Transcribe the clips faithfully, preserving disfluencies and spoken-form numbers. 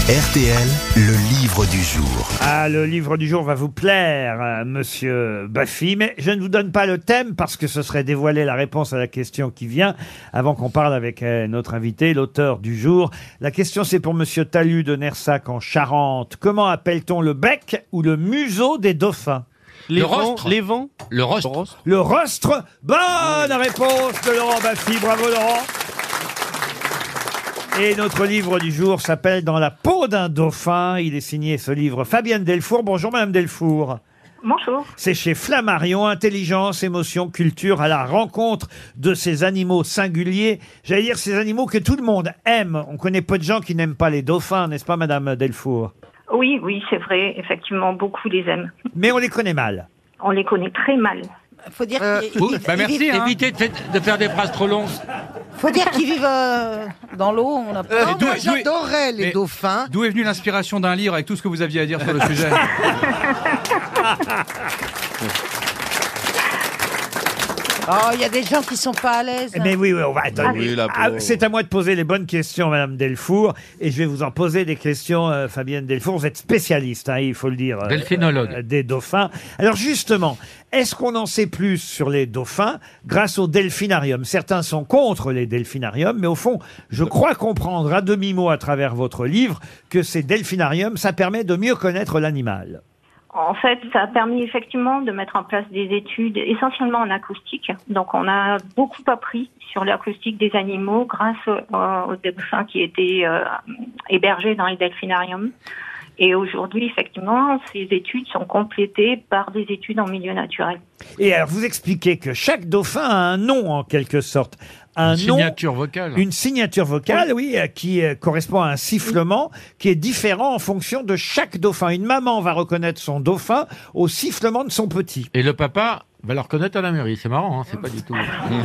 R T L, le livre du jour. Ah, le livre du jour va vous plaire, euh, monsieur Baffy, mais je ne vous donne pas le thème parce que ce serait dévoiler la réponse à la question qui vient avant qu'on parle avec euh, notre invité, l'auteur du jour. La question, c'est pour monsieur Talus de Nersac en Charente. Comment appelle-t-on le bec ou le museau des dauphins? Les rostres. Les vents. Le rostre. Le rostre. Bonne réponse de Laurent Baffy. Bravo, Laurent. Et notre livre du jour s'appelle « Dans la peau d'un dauphin ». Il est signé, ce livre, Fabienne Delfour. Bonjour, madame Delfour. Bonjour. C'est chez Flammarion, intelligence, émotion, culture, à la rencontre de ces animaux singuliers. J'allais dire ces animaux que tout le monde aime. On connaît peu de gens qui n'aiment pas les dauphins, n'est-ce pas, madame Delfour? Oui, oui, c'est vrai. Effectivement, beaucoup les aiment. Mais on les connaît mal. On les connaît très mal. Faut dire Euh, qu'ils ouh, bah merci, vivent, hein. Évitez de, fait- de faire des phrases trop longues. faut dire qu'ils vivent euh, dans l'eau. On a Euh, pas. mais d'où- Moi, d'où est- j'adorais les mais- dauphins. D'où est venue l'inspiration d'un livre avec tout ce que vous aviez à dire sur le sujet? Oh, il y a des gens qui sont pas à l'aise. Mais oui, oui, on va attendre. Oui, la Ah, pauvre. c'est à moi de poser les bonnes questions, madame Delfour. Et je vais vous en poser des questions, euh, Fabienne Delfour. Vous êtes spécialiste, hein, il faut le dire. euh, Delphinologue. euh, des dauphins. Alors justement, est-ce qu'on en sait plus sur les dauphins grâce au delphinarium? Certains sont contre les delphinariums, mais au fond, je crois comprendre à demi-mot à travers votre livre que ces delphinariums, ça permet de mieux connaître l'animal. En fait, ça a permis effectivement de mettre en place des études essentiellement en acoustique. Donc, on a beaucoup appris sur l'acoustique des animaux grâce euh, aux dauphins qui étaient euh, hébergés dans les delphinariums. Et aujourd'hui, effectivement, ces études sont complétées par des études en milieu naturel. Et alors, vous expliquez que chaque dauphin a un nom, en quelque sorte. Un Une nom, signature vocale. une signature vocale, oui, euh, qui euh, correspond à un sifflement qui est différent en fonction de chaque dauphin. Une maman va reconnaître son dauphin au sifflement de son petit. Et le papa va le reconnaître à la mairie. C'est marrant, hein, c'est pas du tout.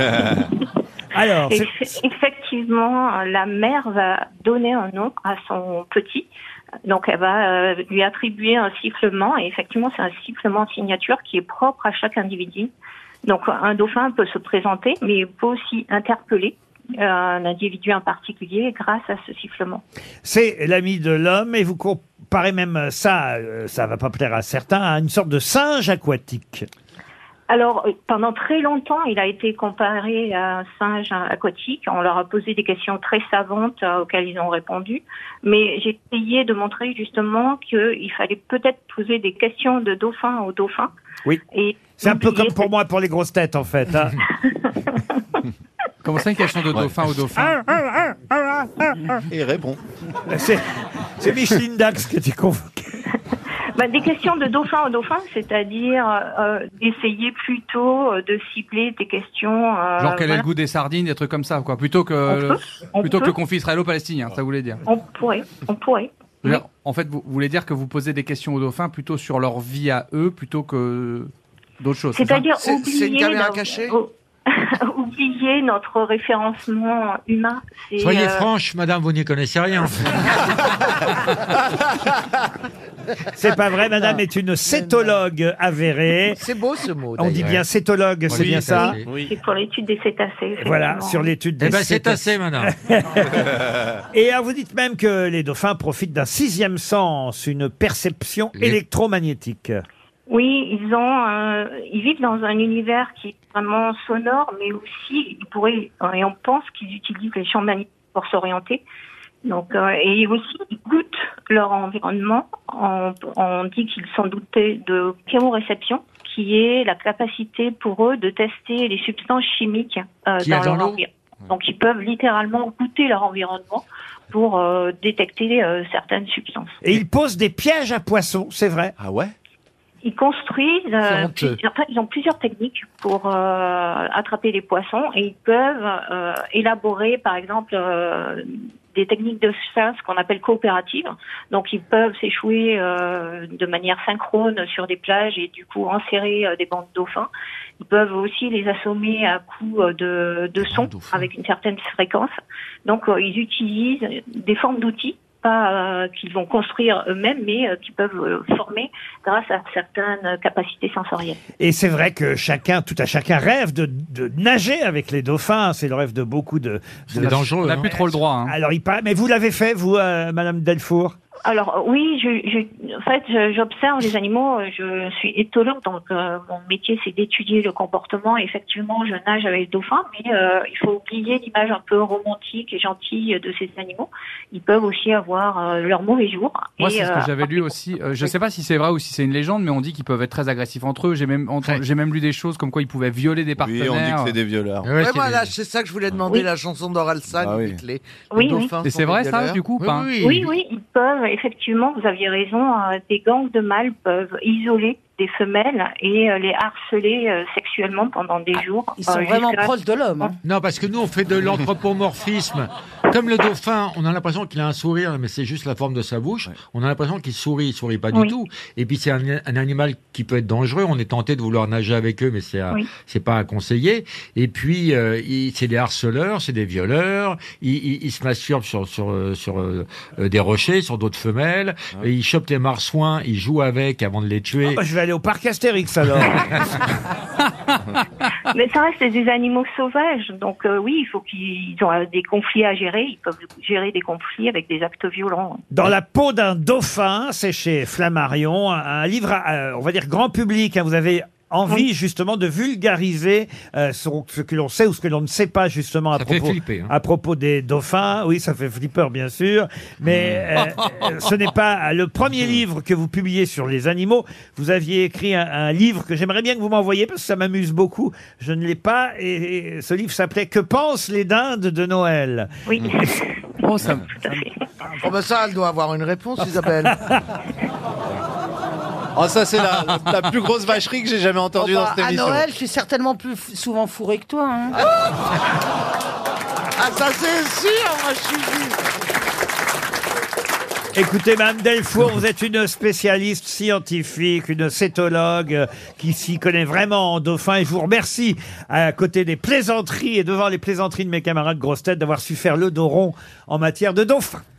Alors, Et c'est- eff- effectivement, la mère va donner un nom à son petit. Donc, elle va euh, lui attribuer un sifflement. Et effectivement, c'est un sifflement signature qui est propre à chaque individu. Donc, un dauphin peut se présenter, mais il peut aussi interpeller euh, un individu en particulier grâce à ce sifflement. c'est l'ami de l'homme et vous comparez même ça, euh, ça va pas plaire à certains, à une sorte de singe aquatique. Alors, euh, pendant très longtemps, il a été comparé à un singe aquatique. On leur a posé des questions très savantes euh, auxquelles ils ont répondu. Mais j'ai essayé de montrer justement qu'il fallait peut-être poser des questions de dauphin au dauphin. Oui. Et C'est un peu oublier comme pour moi pour les grosses têtes, en fait. hein. Comment ça, une question de dauphin au dauphin? Et il répond. c'est, c'est Micheline Dax qui était convoquée. Bah, des questions de dauphin au dauphin, c'est-à-dire euh, d'essayer plutôt euh, de cibler des questions. Euh, Genre quel est voilà. le goût des sardines, des trucs comme ça, quoi. Plutôt que On peut, on plutôt que peut. le conflit israélo-palestinien, ça voulait dire. On pourrait, on pourrait. Je veux dire, En fait, vous, vous voulez dire que vous posez des questions aux dauphins plutôt sur leur vie à eux, plutôt que d'autres choses. c'est ça? C'est-à-dire C'est- oublier, c'est une caméra notre- cachée o- oublier notre référencement humain. C'est, Soyez euh, franche, madame, vous n'y connaissez rien. C'est pas vrai, madame est une cétologue avérée. C'est beau ce mot. On dit d'ailleurs. bien cétologue, c'est Oui, bien ça? c'est- Oui. C'est pour l'étude des cétacés. Voilà, effectivement. sur l'étude des Eh ben, c'est cétacés. assez, madame. Et alors, vous dites même que les dauphins profitent d'un sixième sens, une perception Les- électromagnétique. Oui, ils ont, euh, ils vivent dans un univers qui est vraiment sonore, mais aussi, ils pourraient, et on pense qu'ils utilisent les champs magnétiques pour s'orienter. Donc, euh, et aussi, ils goûtent leur environnement. On, on dit qu'ils sont dotés de chémoréception, qui est la capacité pour eux de tester les substances chimiques euh, Qu'il y a dans dans leur l'eau. environnement. Donc, ils peuvent littéralement goûter leur environnement pour euh, détecter euh, certaines substances. Et ils posent des pièges à poissons, c'est vrai. Ah ouais? Ils construisent, C'est euh, honteux. plusieurs- enfin, ils ont plusieurs techniques pour euh, attraper les poissons et ils peuvent euh, élaborer, par exemple, euh, des techniques de chasse qu'on appelle coopératives. Donc, ils peuvent s'échouer euh, de manière synchrone sur des plages et du coup enserrer euh, des bandes de dauphins. Ils peuvent aussi les assommer à coups euh, de, de sons dauphins. avec une certaine fréquence. Donc, euh, ils utilisent des formes d'outils, pas euh, qu'ils vont construire eux-mêmes, mais euh, qui peuvent euh, former grâce à certaines capacités sensorielles. Et c'est vrai que chacun, tout à chacun rêve de, de nager avec les dauphins. C'est le rêve de beaucoup de. de- C'est dangereux. On n'a hein. plus trop le droit. Hein. Alors il paraît, mais vous l'avez fait, vous, euh, Madame Delfour? Alors oui, je, je, en fait, je- j'observe les animaux. euh, Je suis éthologue, donc euh, mon métier c'est d'étudier le comportement. Et effectivement, je nage avec les dauphins, mais euh, il faut oublier l'image un peu romantique et gentille de ces animaux. Ils peuvent aussi avoir euh, leurs mauvais jours. Moi, Et, c'est ce que euh, j'avais lu aussi. Euh, je sais pas si c'est vrai ou si c'est une légende, mais on dit qu'ils peuvent être très agressifs entre eux. J'ai même, entre- j'ai même lu des choses comme quoi ils pouvaient violer des Oui, partenaires. on dit que c'est des violeurs. Ouais, Ouais, c'est voilà, des- c'est ça que je voulais demander, Oui. la chanson d'Orelsan. Ah oui. dit que les, les Oui, oui. dauphins Et sont c'est vrai des ça, violeurs. du coup, Oui, pas oui, Oui, oui, ils peuvent, effectivement, vous aviez raison, euh, des gangs de mâles peuvent isoler des femelles et euh, les harceler euh, sexuellement pendant des jours. Ils sont euh, vraiment jusqu'à- proches de l'homme. hein. Non, parce que nous, on fait de l'anthropomorphisme. Comme le dauphin, on a l'impression qu'il a un sourire, mais c'est juste la forme de sa bouche. Ouais. On a l'impression qu'il sourit, il sourit pas Oui. du tout. Et puis c'est un, un animal qui peut être dangereux. On est tenté de vouloir nager avec eux, mais c'est à- Oui. c'est pas à conseiller. Et puis euh, il- c'est des harceleurs, c'est des violeurs. Ils, ils, ils se masturbent sur sur euh, sur euh, euh, des rochers, sur d'autres femelles. Et ils chopent les marsouins, ils jouent avec avant de les tuer. Ah bah, je vais aller au parc Astérix alors. Mais ça reste des animaux sauvages, donc euh, oui, il faut qu'ils ont euh, des conflits à gérer. Ils peuvent gérer des conflits avec des actes violents. Dans la peau d'un dauphin, c'est chez Flammarion, un, un livre, à, on va dire grand public. Hein, vous avez envie justement de vulgariser euh, son- ce que l'on sait ou ce que l'on ne sait pas justement à Ça fait propos, flipper, hein. à propos des dauphins. Oui, ça fait flipper bien sûr, mais euh, euh, ce n'est pas le premier livre que vous publiez sur les animaux. Vous aviez écrit un, un livre que j'aimerais bien que vous m'envoyiez parce que ça m'amuse beaucoup. Je ne l'ai pas et, et ce livre s'appelait Que pensent les dindes de Noël? Oui, Oh, ça, tout à fait. Oh, ben ça, elle doit avoir une réponse, Isabelle. Oh, ça, c'est la, la plus grosse vacherie que j'ai jamais entendue Oh, dans bah, cette à émission. Noël, je suis certainement plus f- souvent fourré que toi. Hein. ah, ça c'est sûr, moi je suis juste. Écoutez, Mme Delfour, vous êtes une spécialiste scientifique, une cétologue euh, qui s'y connaît vraiment en dauphin. Et je vous remercie, à côté des plaisanteries et devant les plaisanteries de mes camarades grosses têtes, d'avoir su faire le dos rond en matière de dauphin.